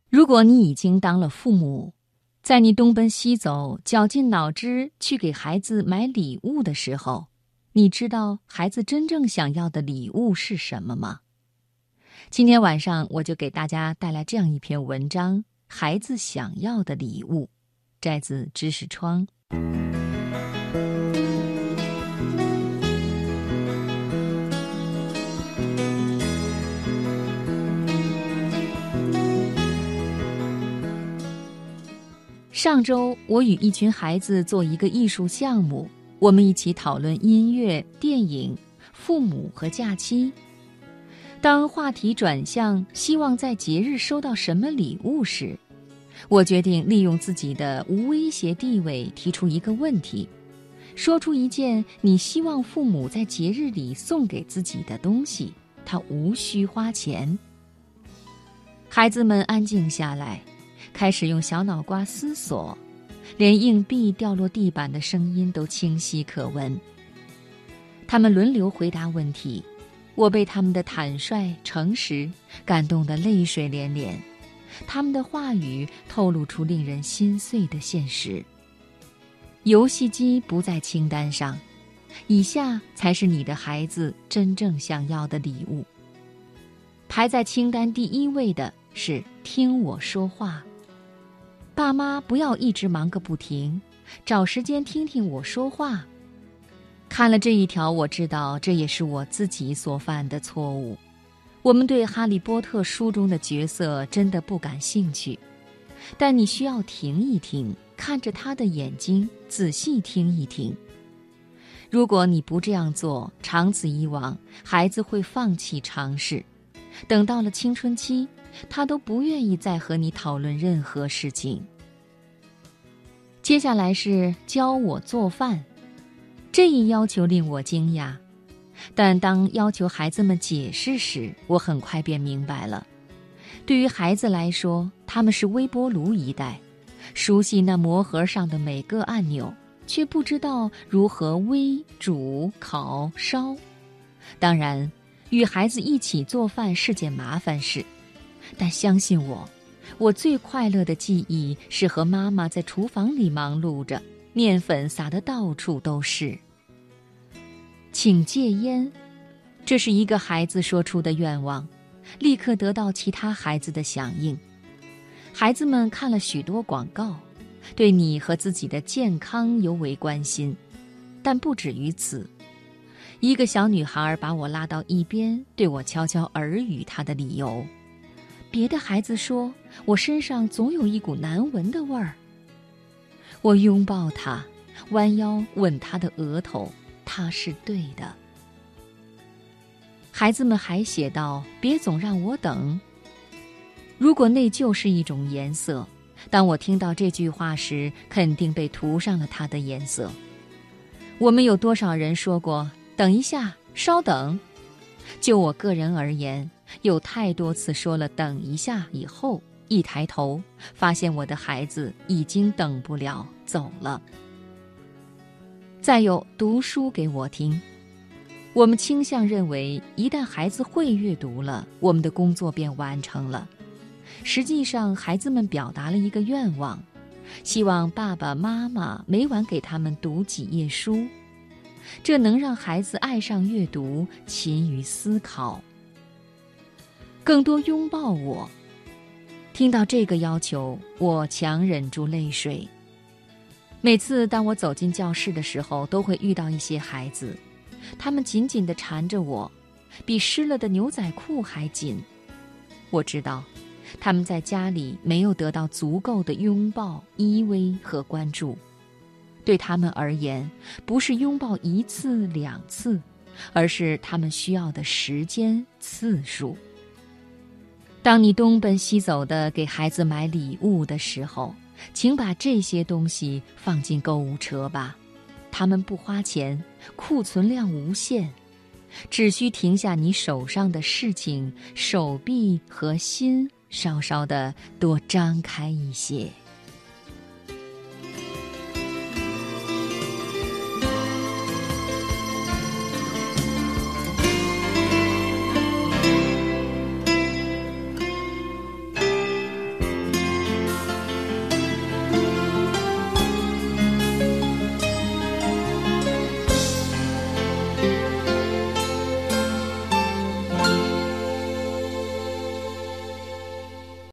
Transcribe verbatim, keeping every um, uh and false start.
如果你已经当了父母，在你东奔西走、绞尽脑汁去给孩子买礼物的时候，你知道孩子真正想要的礼物是什么吗？今天晚上我就给大家带来这样一篇文章：孩子想要的礼物，摘自知识窗。上周我与一群孩子做一个艺术项目，我们一起讨论音乐、电影、父母和假期。当话题转向希望在节日收到什么礼物时，我决定利用自己的无威胁地位提出一个问题，说出一件你希望父母在节日里送给自己的东西，它无需花钱。孩子们安静下来，开始用小脑瓜思索，连硬币掉落地板的声音都清晰可闻。他们轮流回答问题，我被他们的坦率、诚实感动得泪水连连，他们的话语透露出令人心碎的现实。游戏机不在清单上，以下才是你的孩子真正想要的礼物。排在清单第一位的是听我说话。爸妈不要一直忙个不停，找时间听听我说话。看了这一条，我知道这也是我自己所犯的错误。我们对哈利波特书中的角色真的不感兴趣，但你需要停一停，看着他的眼睛，仔细听一听。如果你不这样做，长此以往，孩子会放弃尝试。等到了青春期，他都不愿意再和你讨论任何事情。接下来是教我做饭，这一要求令我惊讶，但当要求孩子们解释时，我很快便明白了。对于孩子来说，他们是微波炉一代，熟悉那魔盒上的每个按钮，却不知道如何煨、煮、烤、烧。当然，与孩子一起做饭是件麻烦事，但相信我，我最快乐的记忆是和妈妈在厨房里忙碌着，面粉撒得到处都是。请戒烟，这是一个孩子说出的愿望，立刻得到其他孩子的响应。孩子们看了许多广告，对你和自己的健康尤为关心，但不止于此。一个小女孩把我拉到一边，对我悄悄耳语她的理由。别的孩子说我身上总有一股难闻的味儿。我拥抱她，弯腰吻她的额头，她是对的。孩子们还写道：别总让我等。如果内疚是一种颜色，当我听到这句话时，肯定被涂上了它的颜色。我们有多少人说过等一下，稍等？就我个人而言，有太多次说了等一下以后，一抬头发现我的孩子已经等不了，走了。再有，读书给我听。我们倾向认为，一旦孩子会阅读了，我们的工作便完成了。实际上，孩子们表达了一个愿望，希望爸爸妈妈每晚给他们读几页书。这能让孩子爱上阅读，勤于思考。更多拥抱我。听到这个要求，我强忍住泪水。每次当我走进教室的时候，都会遇到一些孩子，他们紧紧地缠着我，比湿了的牛仔裤还紧。我知道，他们在家里没有得到足够的拥抱、依偎和关注。对他们而言，不是拥抱一次两次，而是他们需要的时间次数。当你东奔西走地给孩子买礼物的时候，请把这些东西放进购物车吧，他们不花钱，库存量无限，只需停下你手上的事情，手臂和心稍稍地多张开一些。